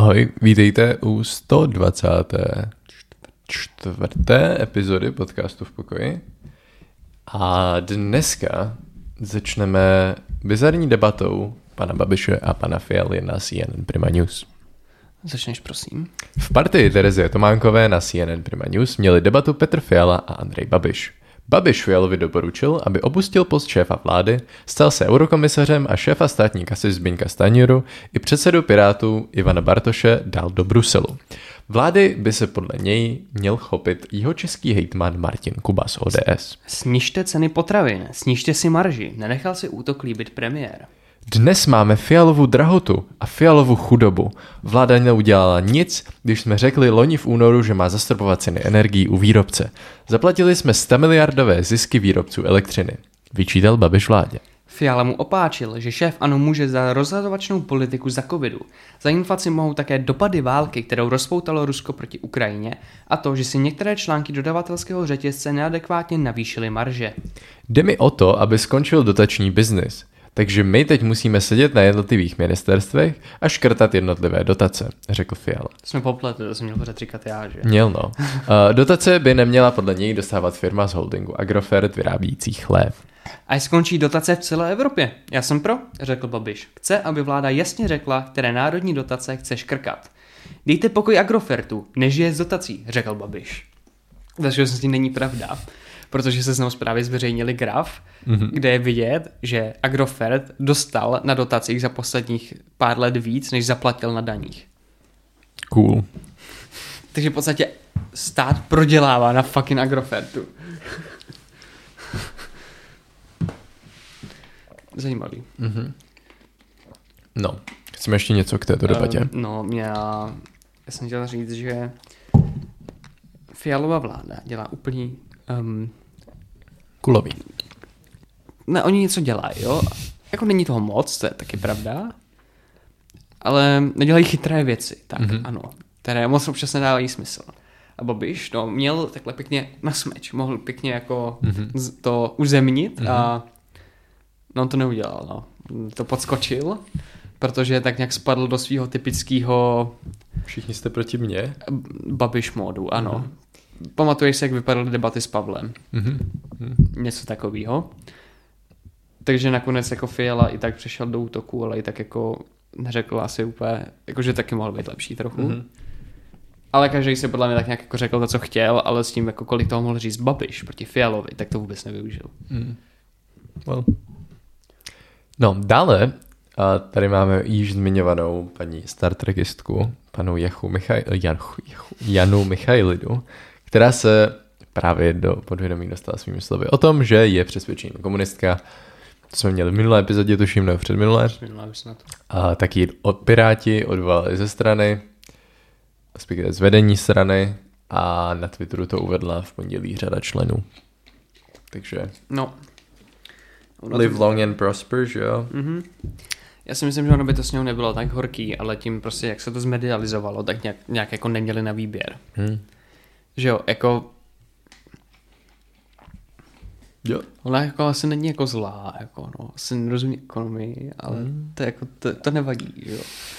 Ahoj, vítejte u 124. epizody podcastu V pokoji. A dneska začneme bizarní debatou pana Babiše a pana Fialy na CNN Prima News. Začneš, prosím. V partii Terezie Tománkové na CNN Prima News měli debatu Petr Fiala a Andrej Babiš. Babiš Fialovi doporučil, aby opustil post šéfa vlády, stal se eurokomisařem a šéfa státní kasy Zbyňka Stanjuru i předsedu Pirátů Ivana Bartoše dal do Bruselu. Vlády by se podle něj měl chopit jihočeský hejtman Martin Kuba z ODS. Snižte ceny potravin, snižte si marži, nenechal si útok líbit premiér. Dnes máme Fialovu drahotu a Fialovu chudobu. Vláda neudělala nic, když jsme řekli loni v únoru, že má zastropovat ceny energií u výrobce. Zaplatili jsme 100 miliardové zisky výrobců elektřiny. Vyčítal Babiš vládě. Fiala mu opáčil, že šéf ANO může za rozhazovačnou politiku za covidu. Za inflaci mohou také dopady války, kterou rozpoutalo Rusko proti Ukrajině, a to, že si některé články dodavatelského řetězce neadekvátně navýšily marže. Jde mi o to, aby skončil dotační biznis. Takže my teď musíme sedět na jednotlivých ministerstvech a škrtat jednotlivé dotace, řekl Fiala. Jsme popletli, to jsem měl pořád říkat já, že? Měl, no. Dotace by neměla podle něj dostávat firma z holdingu Agrofert vyrábící chlév. Až skončí dotace v celé Evropě. Já jsem pro, řekl Babiš. Chce, aby vláda jasně řekla, které národní dotace chce škrkat. Dejte pokoj Agrofertu, nežije z dotací, řekl Babiš. Takže to není pravda, protože se znovu zprávě zveřejnili graf, kde je vidět, že Agrofert dostal na dotacích za posledních pár let víc, než zaplatil na daních. Cool. Takže v podstatě stát prodělává na fucking Agrofertu. Zajímavý. No, chceme ještě něco k této debatě? Já jsem chtěl říct, že Fialova vláda dělá úplný... Kulový. Ne, oni něco dělají, jo? Jako není toho moc, to je taky pravda, ale nedělají chytré věci, tak ano, které moc občas nedávají smysl. A Babiš měl takhle pěkně na smeč, mohl pěkně jako to uzemnit a on to neudělal, no. To podskočil, protože tak nějak spadl do svého typického... Všichni jste proti mně? Babiš módu, ano. Pamatuješ se, jak vypadaly debaty s Pavlem? Něco takového. Takže nakonec jako Fiala i tak přešel do útoku, ale i tak jako neřekl asi úplně, jakože taky mohl být lepší trochu. Ale každý si podle mě tak nějak jako řekl to, co chtěl, ale s tím, jako kolik toho mohl říct Babiš proti Fialovi, tak to vůbec nevyužil. Well. No, dále tady máme již zmiňovanou paní Star Trekistku, panu Janu Michailidu, která se právě do podvědomí dostala svými slovy o tom, že je přesvědčená komunistka. To jsme měli v minulé epizodě, tuším, nebo předminulé. A taky Piráti odvolali ze strany, z vedení strany, a na Twitteru to uvedla v pondělí řada členů. Takže live long and prosper, že jo? Já si myslím, že ono by to s něho nebylo tak horký, ale tím prostě, jak se to zmedializovalo, tak nějak jako neměli na výběr. Že jo, jako... Jo. Ona jako asi není jako zlá, jako asi nerozumí ekonomii, ale to jako, to nevadí, jo.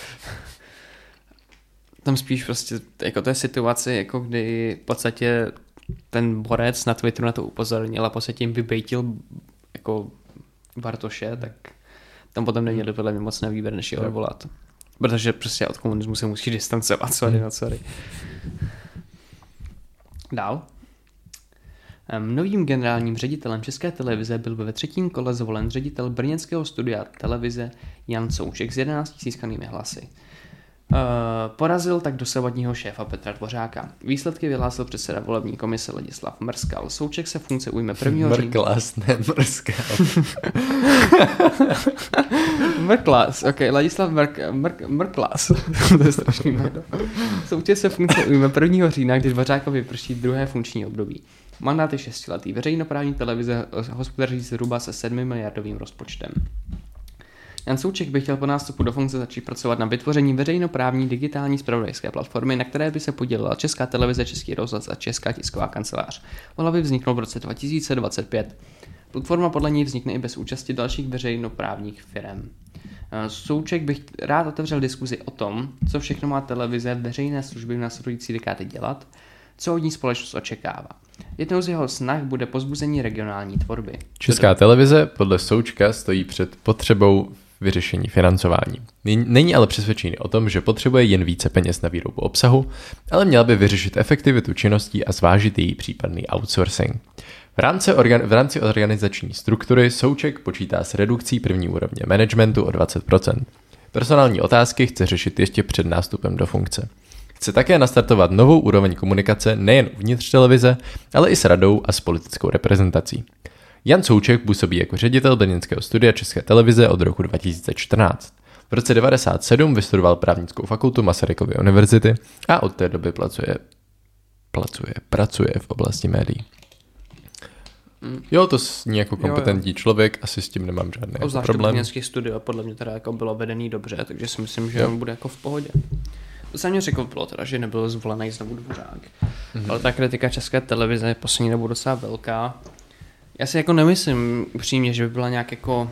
Tam spíš prostě, jako té situaci, jako kdy v podstatě ten borec na Twitteru na to upozornil a v podstatě jim vybejtil jako Bartoše, tak tam potom neměli podle mě moc na výběr, než je odvolat. Protože prostě od komunismu se musí distancovat, sorry. Dál. Novým generálním ředitelem České televize byl ve 3. kole zvolen ředitel brněnského studia televize Jan Souček s 11 získanými hlasy. Porazil tak dosavadního šéfa Petra Dvořáka. Výsledky vyhlásil předseda volební komise Ladislav Mrskal. Souček se funkce ujme 1. října. Mrklas, ok, Ladislav Mrklas. To je strašný jméno. Souček se funkce ujme 1. října, když Dvořákovi vyprší druhé funkční období. Mandát je 6letý. Veřejnoprávní televize hospodaří zhruba se 7 miliardovým rozpočtem. Jan Souček by chtěl po nástupu do funkce začít pracovat na vytvoření veřejnoprávní digitální zpravodajské platformy, na které by se podílela Česká televize, Český rozhlas a Česká tisková kancelář. Mohla by vzniknout v roce 2025. Platforma podle něj vznikne i bez účasti dalších veřejnoprávních firem. Souček bych rád otevřel diskuzi o tom, co všechno má televize veřejné služby v následující dekády dělat, co od ní společnost očekává. Jednou z jeho snah bude pozbuzení regionální tvorby. Česká televize podle Součka stojí před potřebou vyřešení financování. Není ale přesvědčený o tom, že potřebuje jen více peněz na výrobu obsahu, ale měla by vyřešit efektivitu činností a zvážit její případný outsourcing. V rámci organizační struktury Souček počítá s redukcí první úrovně managementu o 20%. Personální otázky chce řešit ještě před nástupem do funkce. Chce také nastartovat novou úroveň komunikace nejen uvnitř televize, ale i s radou a s politickou reprezentací. Jan Souček působí jako ředitel brněnského studia České televize od roku 2014. V roce 1997 vystudoval právnickou fakultu Masarykovy univerzity a od té doby pracuje v oblasti médií. Jo, to zní jako kompetentní člověk, asi s tím nemám žádný problém. Zvláště brněnský studio podle mě teda jako bylo vedený dobře, takže si myslím, že on bude jako v pohodě. To se mě překvapilo teda, že nebyl zvolený znovu Dvořák. Ale ta kritika České televize je poslední dobou docela velká. Já si jako nemyslím upřímně, že by byla nějak jako...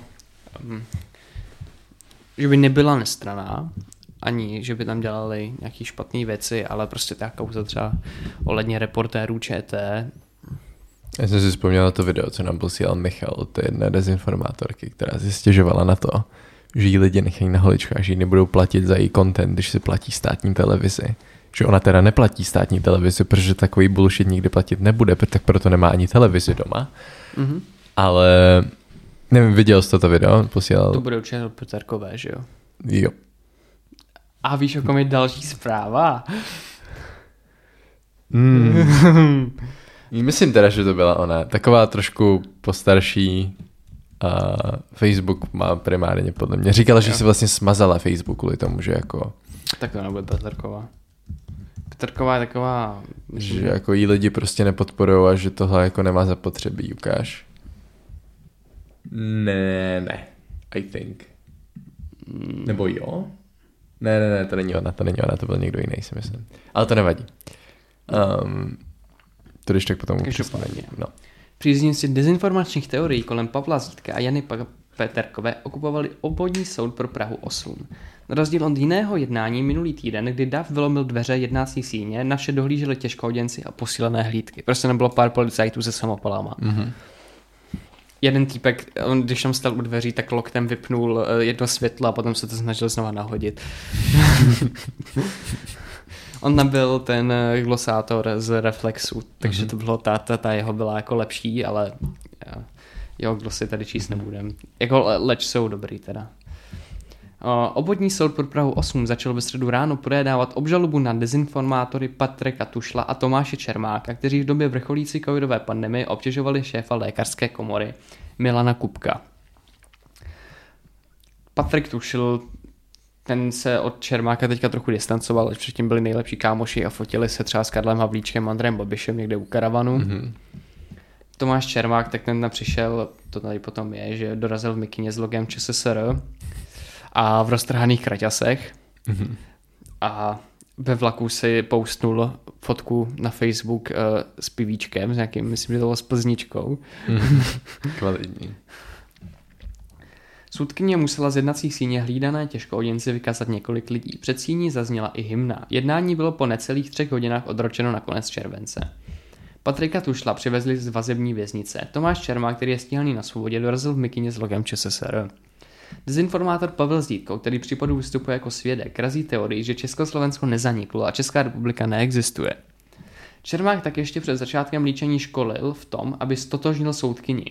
že by nebyla nestranná, ani že by tam dělali nějaký špatné věci, ale prostě ta kauza třeba ohledně reportérů ČT. Já jsem si vzpomněl na to video, co nám posílal Michal od té jedné dezinformátorky, která si stěžovala na to, že jí lidi nechají na holičkách, že jí nebudou platit za její content, když si platí státní televizi. Že ona teda neplatí státní televizi, protože takový bullshit nikdy platit nebude, tak proto nemá ani televizi doma. Mm-hmm. Ale nevím, viděl jsi to video? Posílal... To bude určitě Petrkové, že jo? Jo. A víš, jakou je další zpráva? Myslím teda, že to byla ona. Taková trošku postarší. Facebook má primárně podle mě. Říkala, že si vlastně smazala Facebook kvůli tomu, že jako... Tak to nebude Petrková. Petrková je taková... Že jako jí lidi prostě nepodporujou a že tohle jako nemá zapotřebí, ukáž. Ne. I think. Nebo jo? Ne, to není ona, to byl někdo jiný, si myslím. Ale to nevadí. To když tak potom přesně. No. Příznivci dezinformačních teorií kolem Pavla Zítka a Jany Peterkové okupovali obvodní soud pro Prahu 8. Na rozdíl od jiného jednání minulý týden, kdy DAF vylomil dveře jednací síně, na vše dohlíželi těžkohoděnci a posílené hlídky. Prostě nebylo pár policajtů se samopalama. Mm-hmm. Jeden týpek, on, když tam stal u dveří, tak loktem vypnul jedno světlo a potom se to snažil znova nahodit. On tam byl ten glosátor z Reflexu, takže to bylo ta jeho byla jako lepší, ale jeho glosy tady číst nebudem. Jako leč jsou dobrý teda. Obvodní soud pro Prahu 8 začal ve středu ráno projednávat obžalobu na dezinformátory Patrika Tušla a Tomáše Čermáka, kteří v době vrcholící covidové pandemie obtěžovali šéfa lékařské komory Milana Kupka. Patrik Tušl, ten se od Čermáka teďka trochu distancoval, až předtím byli nejlepší kámoši a fotili se třeba s Karlem Havlíčkem, Andrejem Babišem někde u karavanu. Mm-hmm. Tomáš Čermák, tak ten tam přišel, to tady potom je, že dorazil v mikině s logem ČSSR a v roztrhaných kraťasech. Mm-hmm. A ve vlaku si postnul fotku na Facebook s pivíčkem, s nějakým, myslím, že to bylo s plzničkou. Mm-hmm. Kvalitní. Soudkyně musela z jednací síně hlídané těžkohoděnci vykázat několik lidí. Před síní zazněla i hymna. Jednání bylo po necelých 3 hodinách odročeno na konec července. Patrika Tušla přivezli z vazební věznice. Tomáš Čermák, který je stíhaný na svobodě, dorazil v mikině s logem ČSSR. Dezinformátor Pavel Zdítko, který případu vystupuje jako svědek, razí teorii, že Československo nezaniklo a Česká republika neexistuje. Čermák tak ještě před začátkem líčení školil v tom, aby stotožnil soudkyni.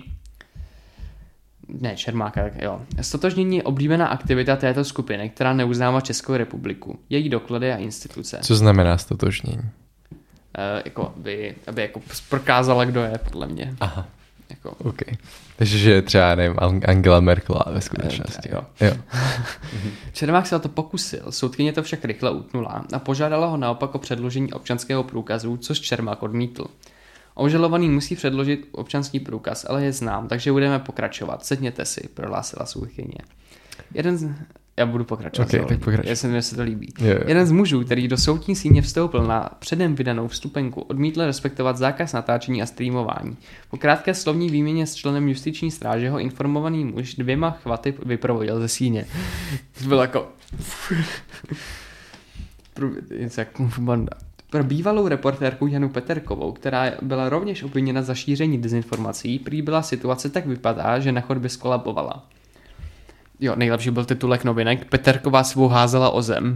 Čermáka, jo. Stotožnění je oblíbená aktivita této skupiny, která neuznává Českou republiku, její doklady a instituce. Co znamená stotožnění? Aby jako prokázala, kdo je, podle mě. Aha. Jako. OK. Takže že třeba, nevím, Angela Merkelová ve skutečnosti. Jo. Čermák se o to pokusil, soudkyně to však rychle utnula a požádala ho naopak o předložení občanského průkazu, což Čermák odmítl. Obžalovaný musí předložit občanský průkaz, ale je znám, takže budeme pokračovat. Sedněte si, prohlásila soudkyně. Já budu pokračovat. Okay, tak pokračuj. Mně se to líbí. Jo. Jeden z mužů, který do soudní síně vstoupil na předem vydanou vstupenku, odmítl respektovat zákaz natáčení a streamování. Po krátké slovní výměně s členem justiční stráže ho informovaný muž 2 chvaty vyprovodil ze síně. To bylo jako... Pro bývalou reportérku Janu Peterkovou, která byla rovněž obviněna za šíření dezinformací, prý byla situace tak vypadá, že na chodbě skolabovala. Jo, nejlepší byl titulek novinek. Peterková svou házela o zem.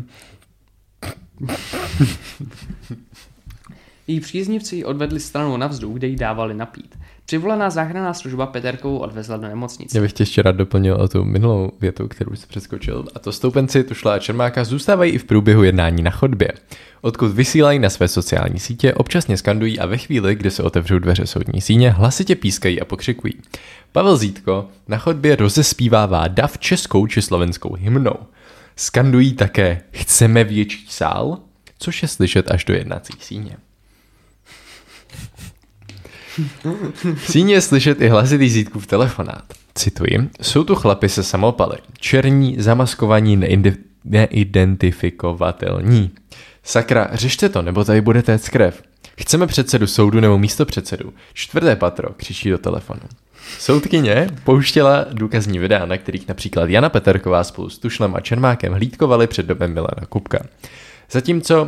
Její příznivci ji odvedli stranou na vzduch, kde jí dávali napít. Přivolaná záchranná služba Peterkovou odvezla do nemocnice. Já bych tě ještě rád doplnil o tu minulou větu, kterou jsi přeskočil. A to stoupenci Tušla a Čermáka zůstávají i v průběhu jednání na chodbě. Odkud vysílají na své sociální sítě, občasně skandují a ve chvíli, kdy se otevřou dveře soudní síně, hlasitě pískají a pokřikují. Pavel Zítko na chodbě rozespívává dav českou či slovenskou hymnou. Skandují také chceme větší sál, což je slyšet až do jednací síně. V síně je slyšet i hlasitý Zítkův telefonát. Cituji, jsou tu chlapi se samopaly, černí, zamaskovaní, neidentifikovatelní. Sakra, řešte to, nebo tady bude téct krev. Chceme předsedu soudu nebo místo předsedu. 4. patro, křičí do telefonu. Soudkyně pouštěla důkazní videa, na kterých například Jana Peterková spolu s Tušlem a Čermákem hlídkovali před domem Milana Kupka. Zatímco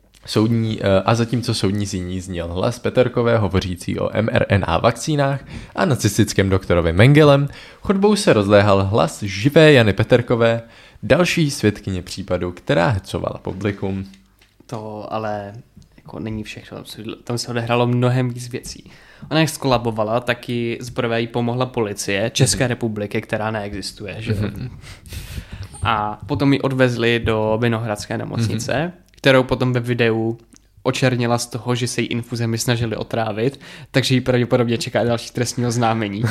soudní síní zněl hlas Peterkové hovořící o mRNA vakcínách a nacistickém doktorovi Mengelem, chodbou se rozléhal hlas živé Jany Peterkové, další svědkyně případu, která hecovala publikum. To ale jako není všechno, tam se odehrálo mnohem víc věcí. Ona jak skolabovala, taky zprvé jí pomohla policie České republiky, která neexistuje. Že? A potom ji odvezli do Vinohradské nemocnice, kterou potom ve videu očernila z toho, že se jí infuzemi snažili otrávit, takže jí pravděpodobně čeká další trestní oznámení.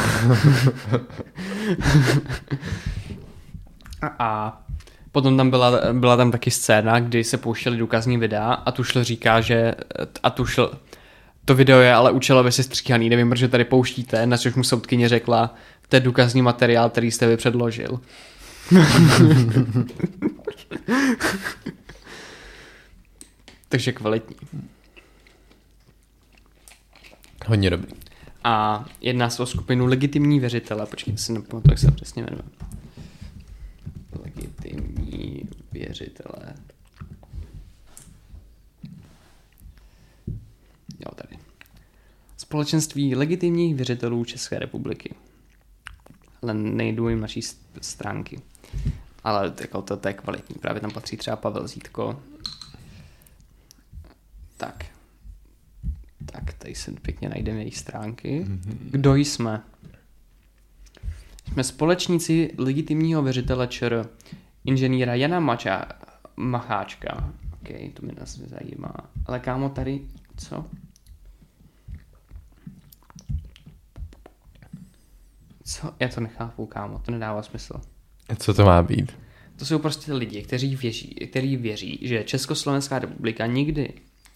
A potom tam byla tam taky scéna, kdy se pouštěli důkazní videa a Tušl říká, že to video je ale účelově sestříhaný, nevím, že tady pouštíte, na což mu soudkyně řekla, to je důkazní materiál, který jste vy předložil. Takže kvalitní. Hodně dobrý. A jedná se o skupinu legitimní věřitele. Počkejte si, nepamatuji, jak se přesně jmenuje. Legitimní věřitele. Jo, tady. Společenství legitimních věřitelů České republiky. Ale nejdu jim naší stránky. Ale jako to je kvalitní. Právě tam patří třeba Pavel Zítko. Tak, tady se pěkně najdeme její stránky. Kdo jsme? Jsme společníci legitimního věřitele ČR, inženýra Jana Macháčka. OK, to mě nás zajímá. Ale kámo, tady, co? Co? Já to nechápu, kámo, to nedává smysl. Co to má být? To jsou prostě lidi, kteří věří, že Československá republika nikdy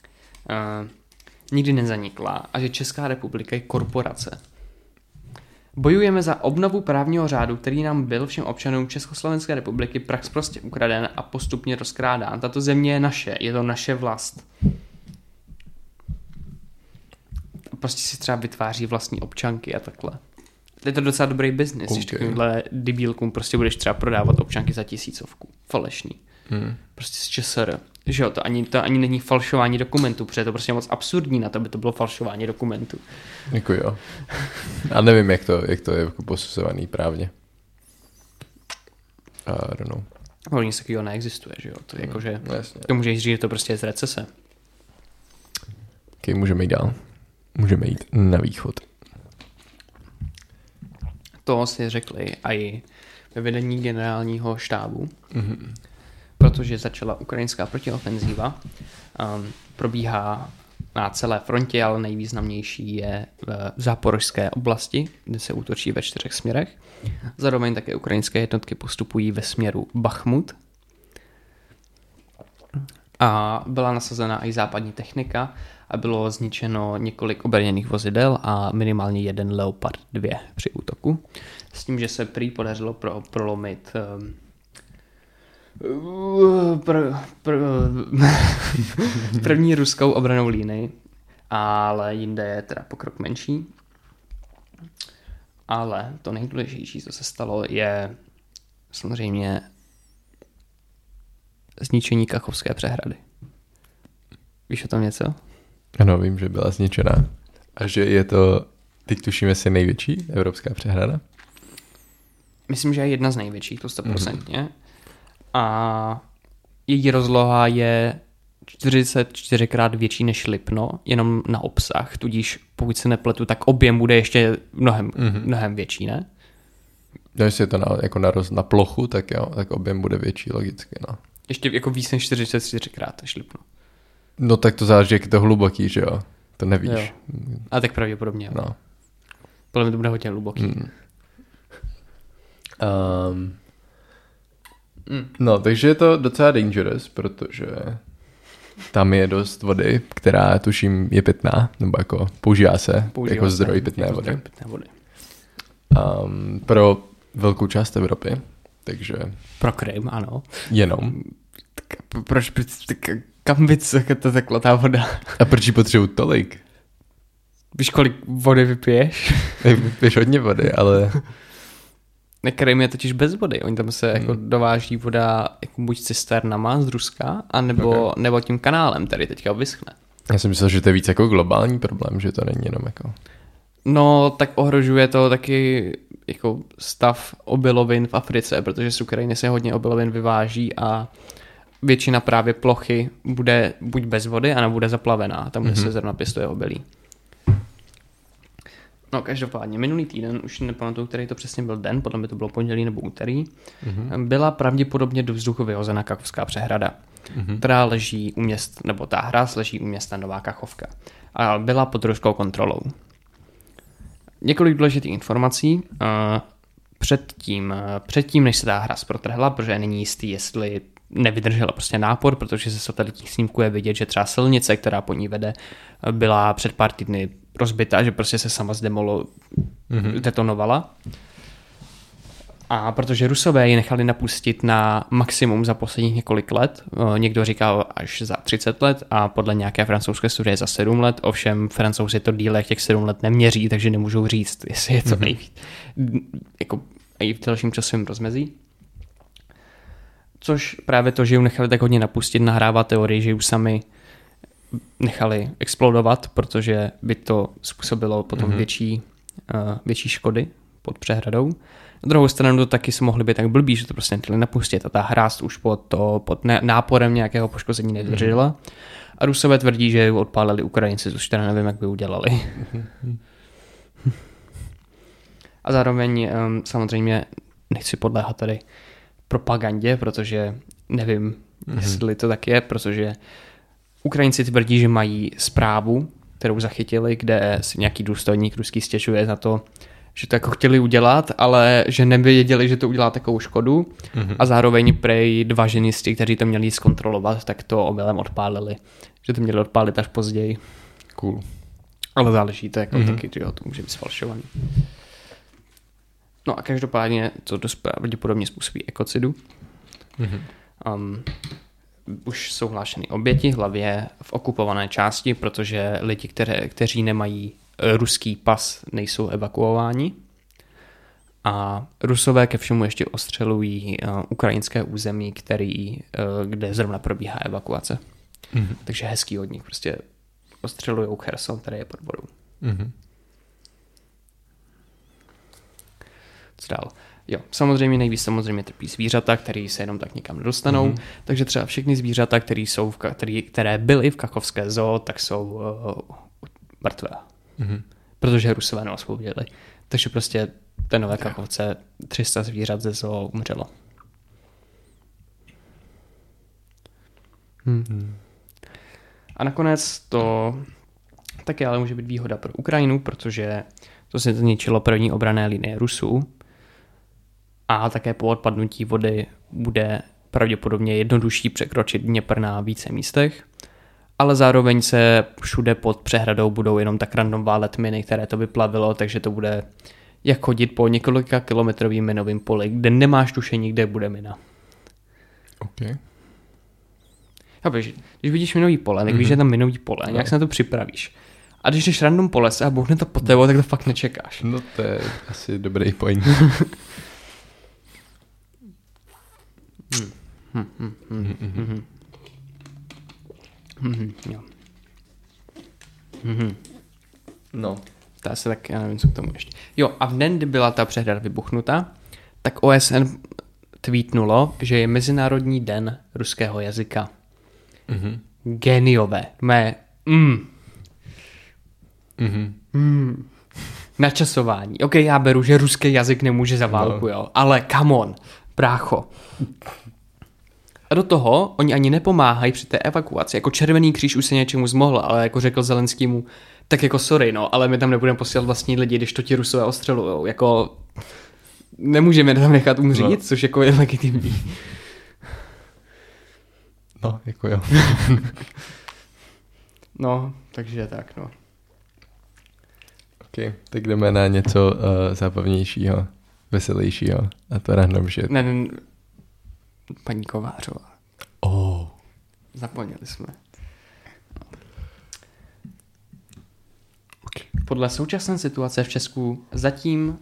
nezanikla a že Česká republika je korporace. Bojujeme za obnovu právního řádu, který nám byl všem občanům Československé republiky prax prostě ukraden a postupně rozkrádán. Tato země je naše, je to naše vlast. Prostě si třeba vytváří vlastní občanky a takhle. Je to docela dobrý biznis, když takovýmhle debílkům prostě budeš třeba prodávat občanky za 1000. Falešný. Prostě z ČSR. Že jo, to ani není falšování dokumentů, protože je to prostě moc absurdní na to, aby to bylo falšování dokumentů. Jako jo. A nevím, jak to je jako posuzovaný právně. I don't know. Ale nic takového neexistuje, že jo. To je jako, že to můžeš říct, že to prostě je z recese. Okay, můžeme jít dál. Můžeme jít na východ. To si řekli i ve vedení generálního štábu, protože začala ukrajinská protiofenzíva. Probíhá na celé frontě, ale nejvýznamnější je v záporožské oblasti, kde se útočí ve 4 směrech. Zároveň také ukrajinské jednotky postupují ve směru Bachmut. A byla nasazena i západní technika a bylo zničeno několik obrněných vozidel a minimálně 1 Leopard 2 při útoku. S tím, že se prý podařilo prolomit První ruskou obranou línii, ale jinde je teda pokrok menší. Ale to nejdůležitější, co se stalo, je samozřejmě zničení Kachovské přehrady. Víš o tom něco? Ano, vím, že byla zničená. A že je to, teď tuším, jestli největší evropská přehrada? Myslím, že je jedna z největších, to 100%. A její rozloha je 44krát větší než Lipno, jenom na obsah, tudíž pokud se nepletu, tak objem bude ještě mnohem větší, ne? No, jestli je to na plochu, tak jo, tak objem bude větší logicky, no. Ještě jako víc než 44krát než Lipno. No tak to záleží, jak je to hluboký, že jo? To nevíš. Jo. A tak pravděpodobně. No. Podle mě to bude hodně hluboký. No, takže je to docela dangerous, protože tam je dost vody, která tuším je pitná, nebo jako používá se jako zdroj pitné vody. Pro velkou část Evropy, takže... Pro Krym, ano. Jenom. Proč kam by to tekla ta voda? A proč ji potřebuji tolik? Víš, kolik vody vypiješ? Vypiješ hodně vody, ale... Krym je totiž bez vody. Oni tam se jako dováží voda jako buď cisternama z Ruska, nebo tím kanálem, který teďka vyschne. Já jsem myslel, že to je víc jako globální problém, že to není jenom jako... No, tak ohrožuje to taky jako stav obilovin v Africe, protože z Ukrajiny se hodně obilovin vyváží a většina právě plochy bude buď bez vody, anebo bude zaplavená, tam, kde se zrovna pěstuje obilí. No, každopádně, minulý týden, už nepamatuju, který to přesně byl den, podle mě to bylo pondělí nebo úterý, byla pravděpodobně do vzduchu vyhozena Kachovská přehrada, která leží u měst, nebo ta hráz leží u města Nová Kachovka. A byla pod ruskou kontrolou. Několik důležitých informací. Předtím, než se ta hráz protrhla, protože není jistý, jestli nevydržela prostě nápor, protože ze satelitních snímků je vidět, že třeba silnice, která po ní vede, byla před pár týdny rozbitá, že prostě se sama detonovala. A protože Rusové ji nechali napustit na maximum za posledních několik let, někdo říkal až za 30 let a podle nějaké francouzské studie za 7 let, ovšem Francouzi to díle těch 7 let neměří, takže nemůžou říct, jestli je to nejvíc. Jako i v dalším časovém rozmezí. Což právě to, že ji nechali tak hodně napustit, nahrává teorii, že ji sami nechali explodovat, protože by to způsobilo potom větší škody pod přehradou. Na druhou stranu to taky se mohli být tak blbý, že to prostě nechali napustit a ta hráz už pod náporem nějakého poškození nedržela. A Rusové tvrdí, že ji odpálili Ukrajinci, což teda nevím, jak by udělali. A zároveň samozřejmě nechci podléhat tady propagandě, protože nevím, jestli to tak je, protože Ukrajinci tvrdí, že mají zprávu, kterou zachytili, kde si nějaký důstojník ruský stěžuje na to, že to jako chtěli udělat, ale že nevěděli, že to udělá takovou škodu a zároveň prej 2 ženisti, kteří to měli zkontrolovat, tak to omylem odpálili. Že to měli odpálit až později. Cool. Ale záleží to jako taky, že to může být sfalšovaný. No a každopádně to dost pravděpodobně způsobí ekocidu. Už jsou hlášeny oběti, hlavně v okupované části, protože lidi, kteří nemají ruský pas, nejsou evakuováni. A Rusové ke všemu ještě ostřelují ukrajinské území, kde zrovna probíhá evakuace. Takže hezký od nich. Prostě ostřelujou Cherson, který je pod vodou. Co dál? Jo, samozřejmě trpí zvířata, které se jenom tak nikam nedostanou, takže třeba všechny zvířata, které byly v Kachovské zoo, tak jsou mrtvé. Protože Rusové neosvobodili. Takže prostě té Nové Kachovce 300 zvířat ze zoo umřelo. A nakonec to taky ale může být výhoda pro Ukrajinu, protože to se zničilo první obranné linie Rusů a také po odpadnutí vody bude pravděpodobně jednodušší překročit Dněpr na více místech, ale zároveň se všude pod přehradou budou jenom tak random válet miny, které to vyplavilo, takže to bude jak chodit po několika kilometrovým minovým poli, kde nemáš tušení, kde bude mina. Okay. Chápeš, když vidíš minový pole, tak víš, že je tam minový pole, nějak se na to připravíš. A když jdeš random po lese a bouchne to po tebou, tak to fakt nečekáš. No to je asi dobrý point. No. To asi tak, já nevím, co k tomu ještě. Jo, a v den, kdy byla ta přehrada vybuchnuta, tak OSN tweetnulo, že je Mezinárodní den ruského jazyka. Géniové. Načasování. Ok, já beru, že ruský jazyk nemůže za válku, jo. Ale come on, brácho. A do toho oni ani nepomáhají při té evakuaci. Jako Červený kříž už se něčemu zmohl, ale jako řekl Zelenskýmu, tak jako sorry, no, ale my tam nebudeme posílat vlastní lidi, když to ti Rusové ostřelujou. Jako nemůžeme tam nechat umřít, což jako je legitimní. No, jako jo. No, takže tak, no. Ok, tak jdeme na něco zábavnějšího, veselějšího. A to random shit. Ne, paní Kovářová. Zapomněli jsme. Podle současné situace v Česku zatím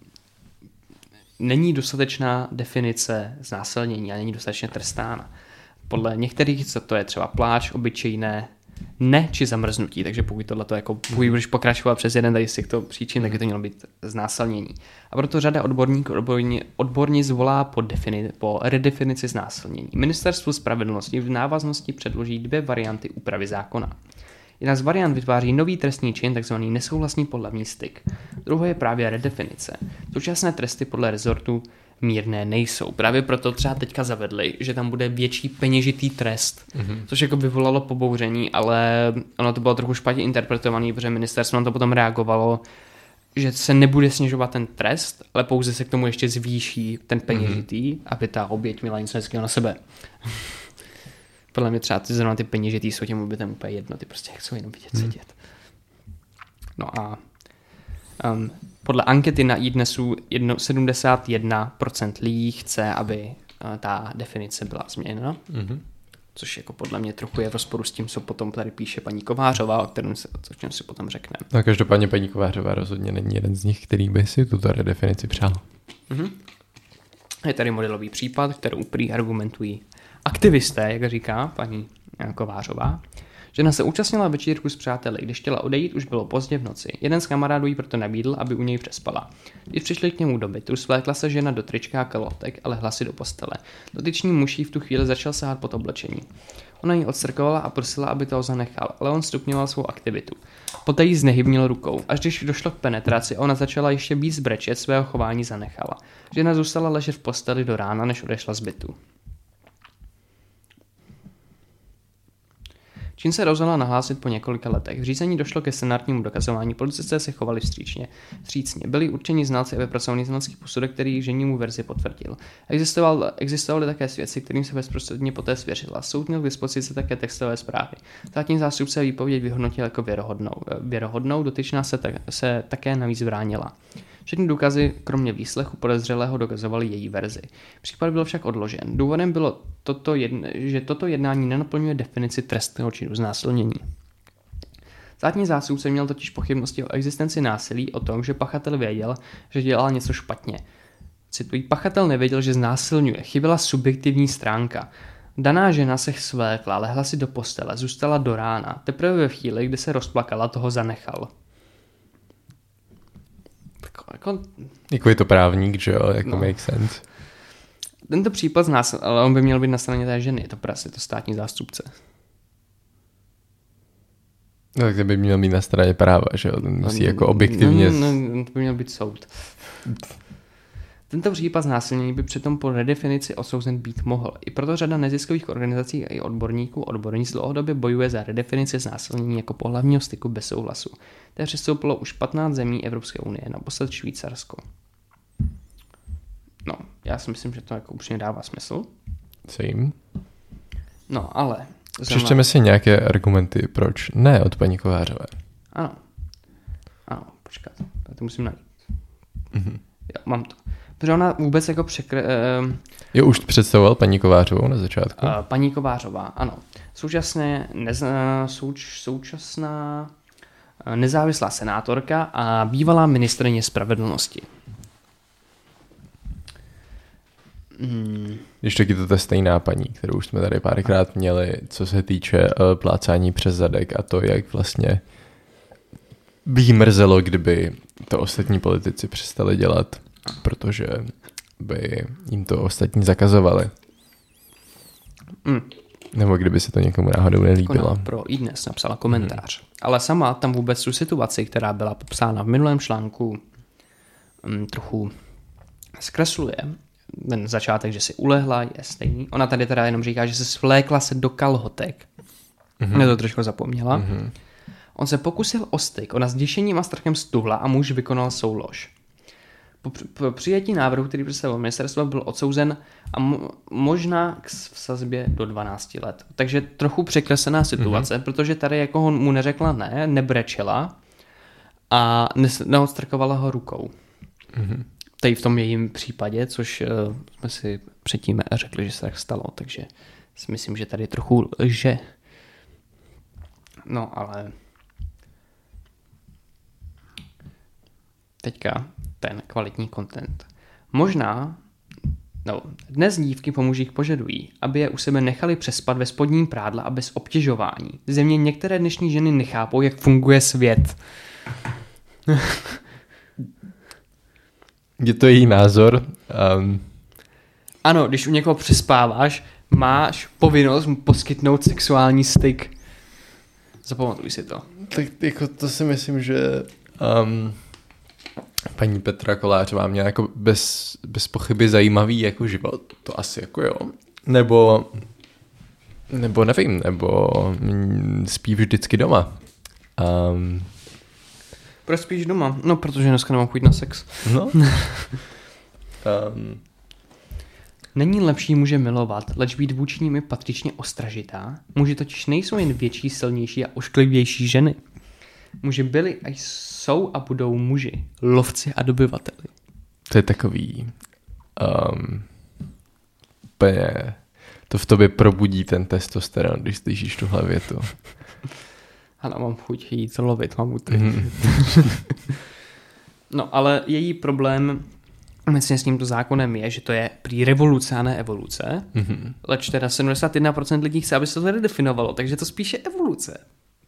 není dostatečná definice znásilnění a není dostatečně trestána. Podle některých to je třeba pláč, obyčejné, ne či zamrznutí, takže pokud tohleto jako budeš pokračovat přes jeden tady z těchto příčin, tak by to mělo být znásilnění. A proto řada odborníků odborně zvolá po redefinici znásilnění. Ministerstvo spravedlnosti v návaznosti předloží 2 varianty úpravy zákona. Jedna z variant vytváří nový trestný čin, takzvaný nesouhlasný pohlavní styk. Druhou je právě redefinice. Současné tresty podle rezortu mírné nejsou. Právě proto třeba teďka zavedli, že tam bude větší peněžitý trest, což jako vyvolalo pobouření, ale ono to bylo trochu špatně interpretovaný, protože ministerstvo na to potom reagovalo, že se nebude snižovat ten trest, ale pouze se k tomu ještě zvýší ten peněžitý, aby ta oběť měla něco hezkého na sebe. Podle mě třeba zrovna ty peněžitý jsou těm obětem úplně jedno, ty prostě chcou jenom vidět sedět. No a podle ankety na iDnesu 71% lidí chce, aby ta definice byla změněna, což jako podle mě trochu je v rozporu s tím, co potom tady píše paní Kovářová, o čem si potom řekneme. No každopádně paní Kovářová rozhodně není jeden z nich, který by si tuto redefinici přál. Je tady modelový případ, kterou prý argumentují aktivisté, jak říká paní Kovářová. Žena se účastnila večírku s přáteli, když chtěla odejít, už bylo pozdě v noci. Jeden z kamarádů jí proto nabídl, aby u něj přespala. Když přišli k němu do bytu, svlékla se žena do trička a kalhotek a lehla si do postele. Dotyčný muž jí v tu chvíli začal sahat pod oblečení. Ona ji odstrkovala a prosila, aby toho zanechal, ale on stupňoval svou aktivitu. Poté jí znehybnil rukou. Až když došlo k penetraci, ona začala ještě víc brečet, svého chování zanechala. Žena zůstala ležet v posteli do rána, než odešla z bytu. Čín se rozhodla nahlásit po několika letech. V řízení došlo ke senátnímu dokazování, policisté se chovali vstřícně. Byli určeni znalci a vypracovaný znalecký posudek, který ženímu verzi potvrdil. Existovaly také svědci, kterým se bezprostředně poté svěřila. Soud měl k dispozici také textové zprávy. Státní zástupce výpověď vyhodnotil jako věrohodnou, dotyčná se také navíc bránila. Všechny důkazy, kromě výslechu podezřelého, dokazovaly její verzi. Případ byl však odložen. Důvodem bylo že toto jednání nenaplňuje definici trestného činu znásilnění. Státní zástupce měl totiž pochybnosti o existenci násilí, o tom, že pachatel věděl, že dělal něco špatně. Cituji, pachatel nevěděl, že znásilňuje, chyběla subjektivní stránka. Daná žena se svlékla, lehla si do postele, zůstala do rána. Teprve ve chvíli, kdy se rozplakala, toho zanechal. Jako je to právník, že jo, jako make sense. Tento případ z nás, ale on by měl být na straně té ženy, je to státní zástupce. No tak to by měl být na straně práva, že jo, ten musí jako objektivně... To by měl být soud. Tento případ znásilnění by přitom po redefinici odsouzen být mohl. I proto řada neziskových organizací a i odborníci dlouhodobě bojuje za redefinici znásilnění jako pohlavního styku bez souhlasu. Té přistoupilo už 15 zemí Evropské unie, naposled Švýcarsko. No, já si myslím, že to jako upřímně dává smysl. Same. No, ale... Přečteme si nějaké argumenty, proč ne od paní Kovářové. Ano, počkat, já to musím najít. Jo, mám to. Protože ona vůbec jako Jo, už představoval paní Kovářovou na začátku. Paní Kovářová, ano. Současná nezávislá senátorka a bývalá ministryně spravedlnosti. Když taky to je stejná paní, kterou už jsme tady párkrát měli, co se týče plácání přes zadek a to, jak vlastně by jí mrzelo, kdyby to ostatní politici přestali dělat, protože by jim to ostatní zakazovali. Nebo kdyby se to někomu náhodou nelíbilo. Ona pro iDnes napsala komentář. Ale sama tam vůbec tu situaci, která byla popsána v minulém článku, trochu zkresluje. Ten začátek, že si ulehla, je stejný. Ona tady teda jenom říká, že se svlékla se do kalhotek. Mě to trošku zapomněla. On se pokusil o styk, ona s děšením a strachem stuhla a muž vykonal soulož. Po přijetí návrhu, který představil ministerstvo, byl odsouzen a možná v sazbě do 12 let. Takže trochu překreslená situace, protože tady jako mu neřekla ne, nebrečela a neodstrkovala ho rukou. Tady v tom jejím případě, což jsme si předtím řekli, že se tak stalo, takže si myslím, že tady trochu lže. No, ale teďka ten kvalitní content. Dnes dívky po mužích požadují, aby je u sebe nechali přespat ve spodním prádle a bez obtěžování. Země některé dnešní ženy nechápou, jak funguje svět. Je to její názor. Ano, když u někoho přespáváš, máš povinnost mu poskytnout sexuální styk. Zapamatuj si to. Tak jako to si myslím, že paní Petra Kolářová měla jako bez pochyby zajímavý jako život. To asi jako jo. Nebo nevím, nebo spí vždycky doma. Proč spíš doma? No, protože dneska nemám chuť na sex. No. Není lepší muže milovat, leč být vůči nimi patřičně ostražitá. Muži totiž nejsou jen větší, silnější a ošklivější ženy. Muži byli a jsou a budou muži, lovci a dobyvateli. To je takový úplně to v tobě probudí ten testosteron, když slyšíš tuhle větu. Ano, mám chuť jít lovit mamuty. No, ale její problém myslím s tímto zákonem je, že to je prý revoluce a ne evoluce. Leč teda 71% lidí chce, aby se to redefinovalo, takže to spíše evoluce.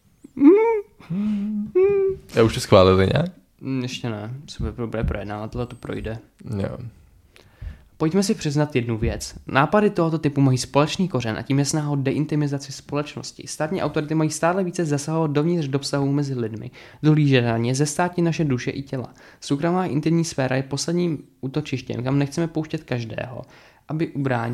Já už to schválili nějak? Ještě ne, se bude projednávat, tohle to projde. Jo. Pojďme si přiznat jednu věc. Nápady tohoto typu mají společný kořen a tím je snaha o deintimizaci společnosti. Státní autority mají stále více zasahovat dovnitř do vztahů mezi lidmi. Dohlížet na ně, zestátnit naše duše i těla. Soukromá intimní sféra je posledním útočištěm, kam nechceme pouštět každého, aby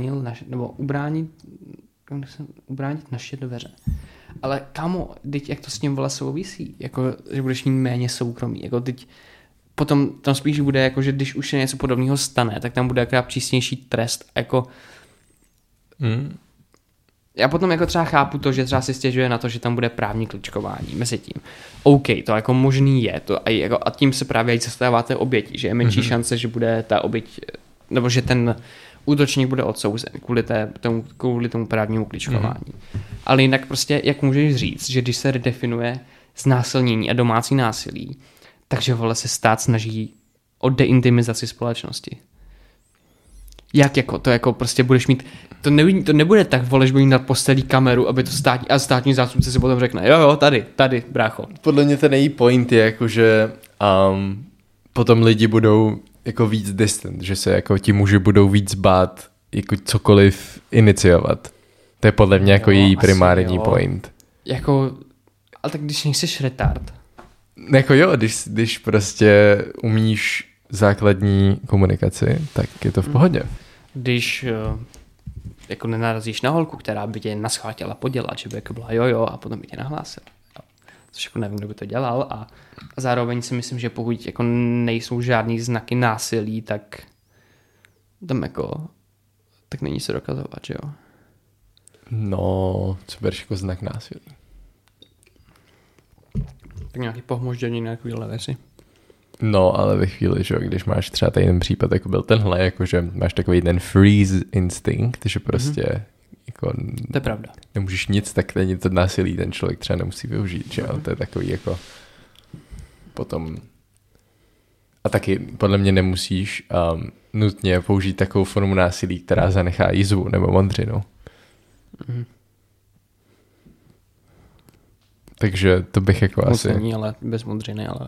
ubránit naše dveře. Ale kamo, teď jak to s ním souvisí? Jako, že budeš mít méně soukromí. Jako teď potom tam spíš bude, jako, že když už se něco podobného stane, tak tam bude jaká přísnější trest. Jako, Já potom jako třeba chápu to, že třeba si stěžuje na to, že tam bude právní kličkování mezi tím. OK, to jako možný je. To, a tím se právě zastáváte oběti, že je menší šance, že bude ta oběť, nebo že ten útočník bude odsouzen kvůli tomu právnímu kličkování. Ale jinak prostě, jak můžeš říct, že když se redefinuje znásilnění a domácí násilí, takže vole se stát snaží o deintimizaci společnosti. Jak jako to jako prostě budeš mít, to nebude tak, vole, že budeš mít nad postelí kameru, aby to státní zástupce si potom řekne, jo, tady, brácho. Podle mě ten její point je jako, že potom lidi budou jako víc distant, že se jako ti muži budou víc bát jako cokoliv iniciovat. To je podle mě jako její primární point. Jako, ale tak když nejseš retard. Jako jo, když prostě umíš základní komunikaci, tak je to v pohodě. Když jako nenarazíš na holku, která by tě naschvál chtěla podělat, že by jako byla jo a potom by tě nahlásila. Což jako nevím, kdo by to dělal a zároveň si myslím, že pokud jako nejsou žádný znaky násilí, tak tam jako tak není se dokazovat, že jo? No, co bereš jako znak násilí? Tak nějaký pohmoždění na takovýhle věci. No, ale ve chvíli, že když máš třeba tady ten případ, jako byl tenhle, jakože máš takový ten freeze instinct, že prostě jako to je pravda. Nemůžeš nic, tak není to násilí, ten člověk třeba nemusí využít, že jo, to je takový jako potom a taky podle mě nemusíš nutně použít takovou formu násilí, která zanechá jizvu nebo modřinu. Takže to bych jako moc asi... Není, ale bez modřiny, ale...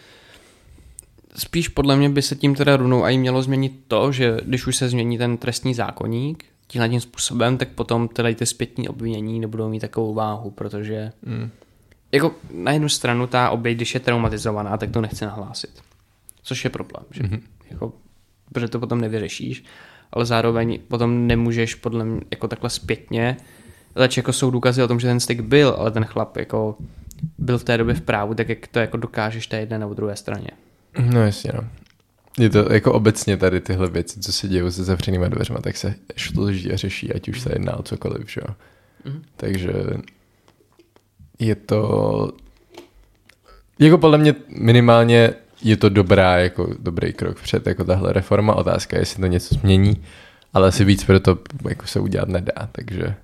Spíš podle mě by se tím teda rovnou i mělo změnit to, že když už se změní ten trestní zákoník tímhle způsobem, tak potom teda ty zpětní obvinění nebudou mít takovou váhu, protože jako na jednu stranu ta oběť, když je traumatizovaná, tak to nechce nahlásit. Což je problém, že? Jako, protože to potom nevyřešíš, ale zároveň potom nemůžeš podle mě jako takhle zpětně, takže jako jsou důkazy o tom, že ten styk byl, ale ten chlap jako byl v té době v právu, tak jak to jako dokážeš té jedné nebo druhé straně. No jasně, no. Je to jako obecně tady tyhle věci, co se dějí se zavřenýma dveřma, tak se složí a řeší, ať už se jedná o cokoliv, že jo. Takže je to jako podle mě minimálně je to dobrý krok vpřed, jako tahle reforma. Otázka je, jestli to něco změní, ale asi víc pro to jako se udělat nedá, takže...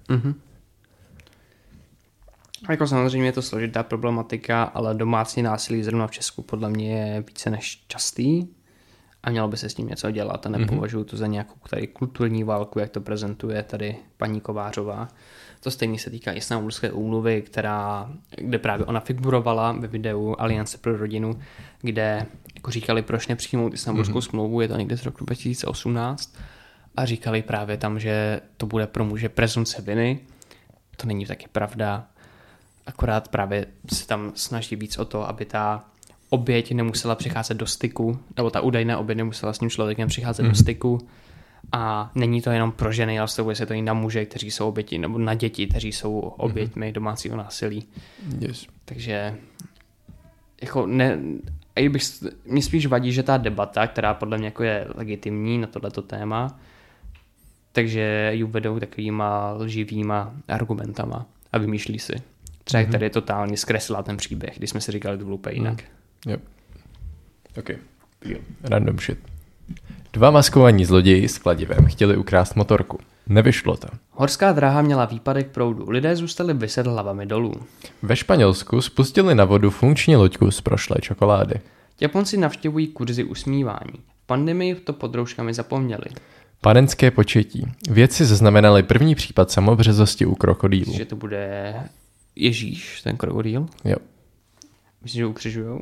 Jako samozřejmě je to složitá problematika, ale domácí násilí zrovna v Česku podle mě je více než častý a mělo by se s tím něco dělat a nepovažuji to za nějakou tady kulturní válku, jak to prezentuje tady paní Kovářová. To stejně se týká Istanbulské úmluvy, kde právě ona figurovala ve videu Aliance pro rodinu, kde jako říkali, proč nepřijmout Istanbulskou smlouvu, je to někde z roku 2018 a říkali právě tam, že to bude pro muže prezumce viny. To není taky pravda. Akorát právě se tam snaží víc o to, aby ta oběť nemusela přicházet do styku, nebo ta údajná oběť nemusela s tím člověkem přicházet do styku. A není to jenom pro ženy, ale vztahuje se to i na muže, kteří jsou oběti, nebo na děti, kteří jsou oběťmi domácího násilí. Yes. Takže jako mě spíš vadí, že ta debata, která podle mě jako je legitimní na tohleto téma, takže ji vedou takovýma lživýma argumentama a vymýšlí si. Třeba tady je totálně zkreslila ten příběh, když jsme si říkali to úplně jinak. Yep. OK. Random shit. 2 maskovaní zloději s kladivem chtěli ukrást motorku. Nevyšlo to. Horská dráha měla výpadek proudu. Lidé zůstali viset hlavami dolů. Ve Španělsku spustili na vodu funkční loďku z prošlé čokolády. Japonci navštěvují kurzy usmívání. V pandemii to pod rouškami zapomněli. Panenské početí. Vědci zaznamenali první případ samobřezosti u krokodýlů. Myslíš, že to bude Ježíš, ten krokodýl? Jo. Myslíš, že ho ukřižujou?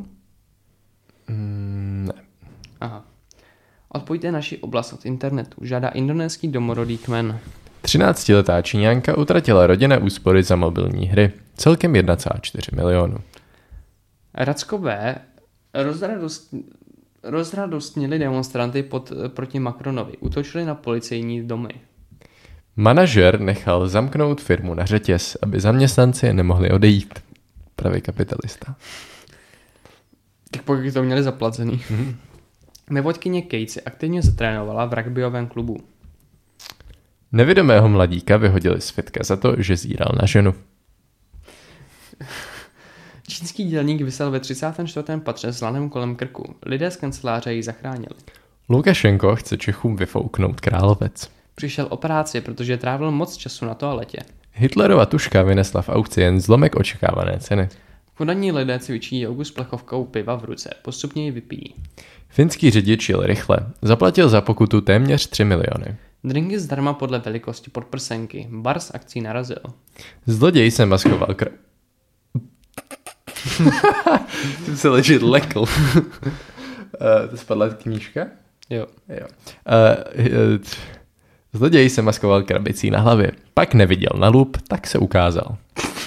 Ne. Aha. Odpojte naši oblast od internetu, žádá indonéský domorodý kmen. 13letá Číňanka utratila rodinné úspory za mobilní hry. Celkem 1,4 milionu. Rackové rozradostnili demonstranty proti Macronovi. Útočili na policejní domy. Manažer nechal zamknout firmu na řetěz, aby zaměstnanci nemohli odejít. Pravý kapitalista. Tak pokud to měli zaplacený. Nevodkyně Kate si aktivně zatrénovala v rugbyovém klubu. Nevědomého mladíka vyhodili z fitka za to, že zíral na ženu. Čínský dělník visel ve 34. patře s lanem kolem krku. Lidé z kanceláře ji zachránili. Lukašenko chce Čechům vyfouknout královec. Přišel o práci, protože trávil moc času na toaletě. Hitlerova tuška vynesla v aukci jen zlomek očekávané ceny. Chudaní lidé cvičí jogu s plechovkou piva v ruce. Postupně ji vypijí. Finský řidič jel rychle. Zaplatil za pokutu téměř 3 miliony. Drinky zdarma podle velikosti podprsenky. Bar s akcí narazil. Zloděj se maskoval Tím se legit lekl. To spadla knížka? Jo. Zloděj se maskoval krabicí na hlavě. Pak neviděl na lup, tak se ukázal.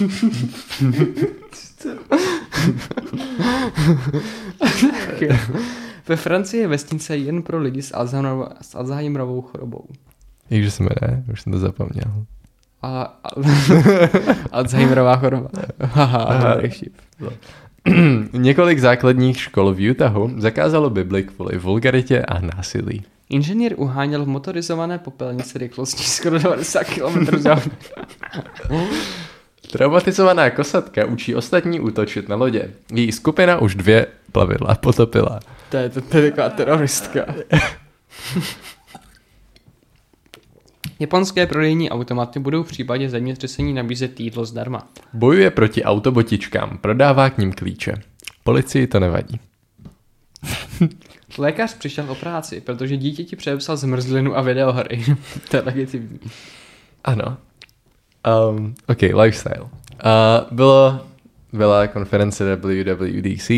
Ve Francii je vesnice jen pro lidi s Alzheimerovou chorobou. Jakže se jmenuje? Už jsem to zapomněl. Alzheimerová choroba. Několik základních škol v Utahu zakázalo Bibli kvůli vulgaritě a násilí. Inženýr uháněl v motorizované popelnici rychlostí skoro 90 km za hodinu. Traumatizovaná kosatka učí ostatní útočit na lodě. Její skupina už 2 plavidla potopila. To je taková teroristka. Japonské prodejní automaty budou v případě zemětřesení nabízet jídlo zdarma. Bojuje proti autobotičkám, prodává k ním klíče. Policii to nevadí. Lékař přišel o práci, protože dítěti přepsal zmrzlinu a videohry. To je legitimní. Ano. OK, lifestyle. Byla konference WWDC,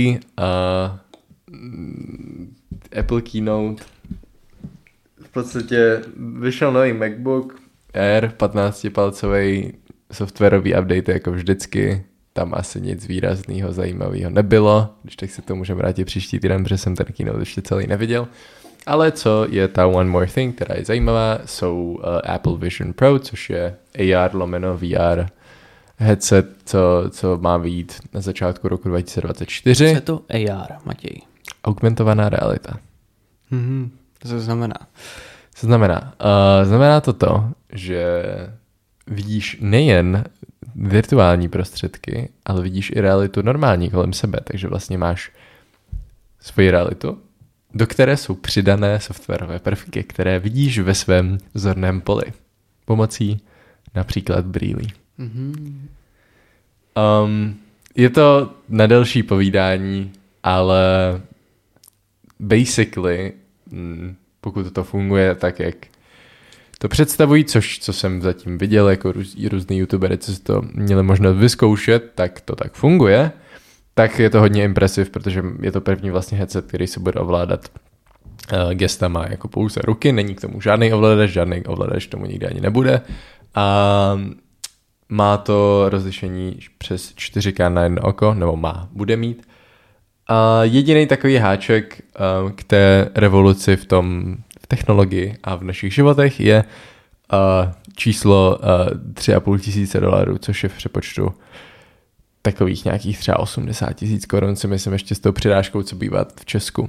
Apple Keynote. V podstatě vyšel nový MacBook Air, 15-palcový softwarový update jako vždycky. Tam asi nic výrazného, zajímavého nebylo. Když tak se to můžeme vrátit příští týden, protože jsem ten keynote ještě celý neviděl. Ale co je ta One More Thing, která je zajímavá, jsou Apple Vision Pro, což je AR/VR headset, co má vyjít na začátku roku 2024. Co je to AR, Matěj? Augmentovaná realita. To se znamená? Co znamená? Znamená to, že vidíš nejen virtuální prostředky, ale vidíš i realitu normální kolem sebe, takže vlastně máš svoji realitu, do které jsou přidané softwarové prvky, které vidíš ve svém zorném poli pomocí například brýlí. Je to na delší povídání, ale basically, pokud to funguje tak, jak to představují, co jsem zatím viděl, jako různý youtubery, co si to měli možnost vyzkoušet, tak to tak funguje, tak je to hodně impresiv, protože je to první vlastně headset, který se bude ovládat gestama jako pouze ruky, není k tomu žádný ovladač tomu nikdy ani nebude a má to rozlišení přes 4K na jedno oko, nebo bude mít. A jediný takový háček k té revoluci v technologii a v našich životech je číslo $3,500, což je v přepočtu takových nějakých třeba 80 000 korun, si myslím ještě s tou přirážkou, co bývá v Česku.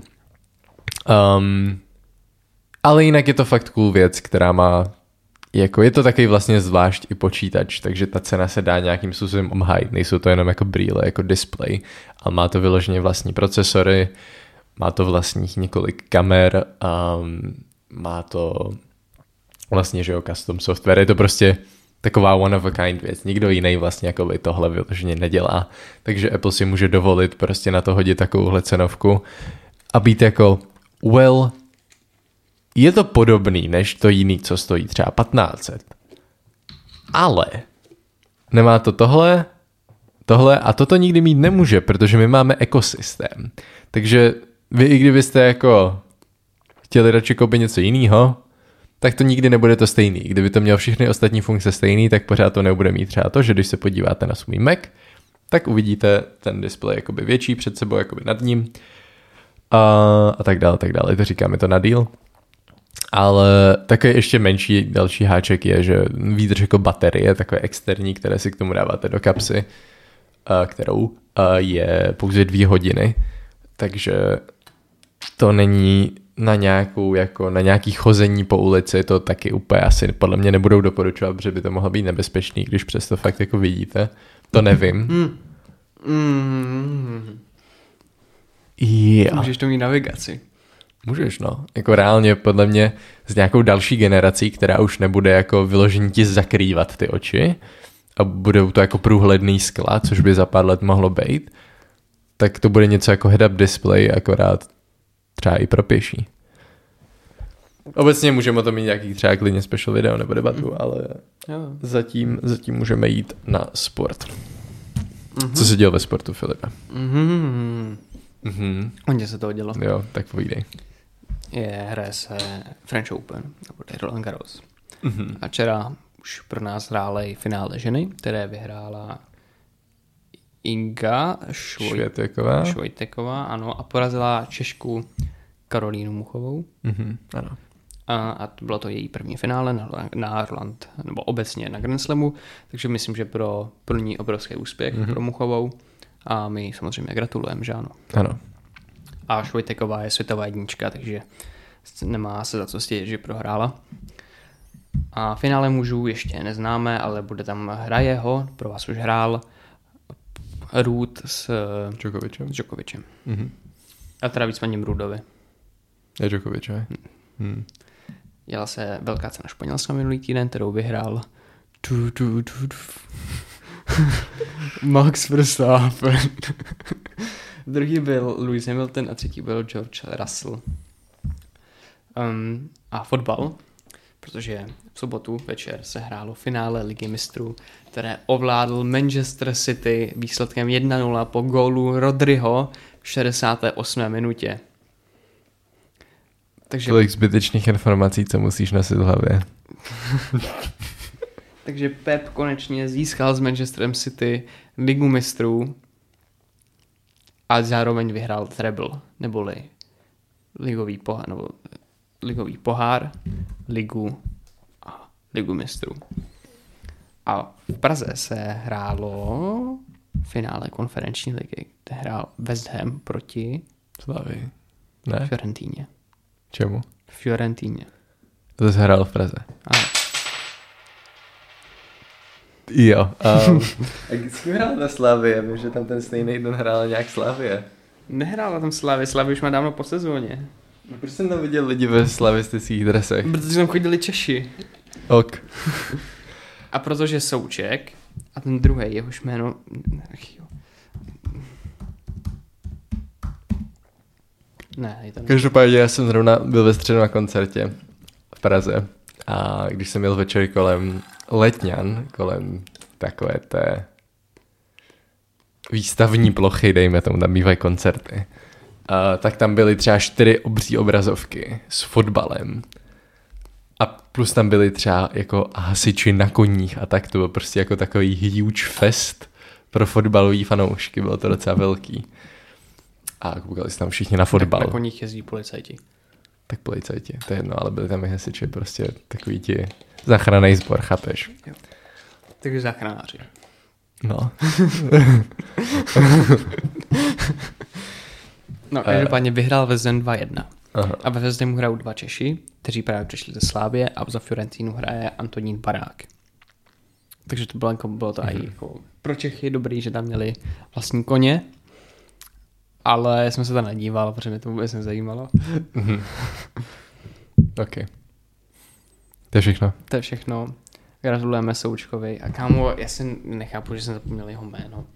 Ale jinak je to fakt cool věc, která má, jako je to takový vlastně zvlášť i počítač, takže ta cena se dá nějakým způsobem obhájit. Nejsou to jenom jako brýle, jako display, ale má to vyloženě vlastní procesory, má to vlastních několik kamer, má to vlastně, že jo, custom software, je to prostě taková one of a kind věc. Nikdo jiný vlastně jako by tohle vyloženě nedělá. Takže Apple si může dovolit prostě na to hodit takovouhle cenovku a být jako, well, je to podobný než to jiný, co stojí třeba 1500. Ale nemá to tohle a toto nikdy mít nemůže, protože my máme ekosystém. Takže vy i kdybyste jako chtěli radši koupit něco jiného, tak to nikdy nebude to stejný. Kdyby to mělo všechny ostatní funkce stejný, tak pořád to nebude mít třeba to, že když se podíváte na svůj Mac, tak uvidíte ten displej jakoby větší před sebou, jakoby nad ním a tak dále, tak dále. To říkáme to na díl. Ale takový ještě menší další háček je, že výdrž jako baterie, takové externí, které si k tomu dáváte do kapsy, kterou je pouze 2 hodiny. Takže to není na nějaký chození po ulici, to taky úplně asi podle mě nebudou doporučovat, protože by to mohlo být nebezpečný, když přesto fakt jako vidíte. To nevím. Yeah. Můžeš to mít navigaci. Můžeš, no. Jako reálně podle mě s nějakou další generací, která už nebude jako vyložení ti zakrývat ty oči a budou to jako průhledný skla, což by za pár let mohlo být, tak to bude něco jako head-up display, akorát třeba i pro pěší. Obecně můžeme to mít nějaký třeba klidně special video nebo debatu, ale zatím můžeme jít na sport. Co se dělo ve sportu, Filipe? Hodně se toho dělo. Jo, tak povídej. Hraje se French Open, nebo Roland Garros. A včera už pro nás hrály finále ženy, které vyhrála Inga Švojteková, ano, a porazila Češku Karolínu Muchovou. Ano. A bylo to její první finále na Roland, nebo obecně na Grand Slamu, takže myslím, že pro ní obrovský úspěch pro Muchovou a my samozřejmě gratulujeme, že ano. Ano. A Švojteková je světová jednička, takže nemá se za co stydět, že prohrála. A finále mužů ještě neznáme, ale bude tam hraje ho, pro vás už hrál Ruud s Djokovicem. A teda víc paní Brudovi. Je Djokovic, ne? Jela se velká cena Španělska minulý týden, kterou vyhrál Max Verstappen. Druhý byl Lewis Hamilton a třetí byl George Russell. A fotbal, protože v sobotu večer se hrálo finále Ligy mistrů, které ovládl Manchester City výsledkem 1-0 po gólu Rodryho v 68. minutě. Takže... Tolik zbytečných informací, co musíš nosit v hlavě. Takže Pep konečně získal s Manchesterem City Ligu mistrů a zároveň vyhrál treble, neboli ligový pohár, ligu mistrů. A v Praze se hrálo finále konferenční ligy, kde hrál West Ham proti Slavii. Ne? Fiorentíně. Čemu? Fiorentíně. To jsi hrál v Praze. Aha. Jo. A s kým hrál na Slavii? Vím, že tam ten stejný den hrál nějak Slavie. Nehrála tam Slavii už má dávno po sezóně. No, proč jsem tam viděl lidi ve slavistických dresech? Protože tam chodili Češi. Ok. A protože Souček a ten druhý, jehož jméno... Ne, je to ne. Každopádně já jsem zrovna byl ve středu na koncertě v Praze a když jsem jel večer kolem Letňan, kolem takové té výstavní plochy, dejme tomu, tam bývají koncerty, tak tam byly třeba 4 obří obrazovky s fotbalem a plus tam byly třeba jako hasiči na koních a tak to byl prostě jako takový huge fest pro fotbalový fanoušky, bylo to docela velký. A koukali se tam všichni na fotbal. Tak na koních jezdí policajti. Tak policajti, to je jedno, ale byli tam i hasiči, prostě takový ti záchranný sbor, chápeš? Jo. Takže záchranáři. No. No, každopádně vyhrál West Ham 2-1. Aha. A ve West Hamu hrajou 2 Češi, kteří právě přišli ze Slávie a za Fiorentínu hraje Antonín Barák. Takže to bylo to i jako pro Čechy dobrý, že tam měli vlastní koně, ale jsme se tam nedíval, protože mě to vůbec nezajímalo. OK. To je všechno. To je všechno. Gratulujeme Součkovi. A kámo, já si nechápu, že jsem zapomněl jeho jméno.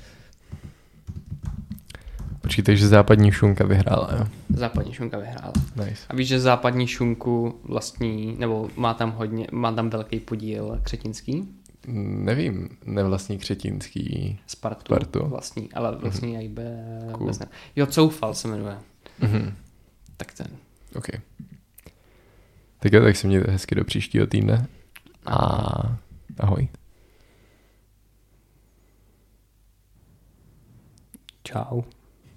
Počkej, takže západní šunka vyhrála, jo? Západní šunka vyhrála. Nice. A víš, že západní šunku vlastní, nebo má tam velký podíl Křetínský? Nevím, nevlastní Křetínský. Spartu. Vlastní, ale vlastní i cool. Jo, Coufal se jmenuje. Tak ten. OK. Tak jo, tak se mějte hezky do příštího týdne. A ahoj. Čau.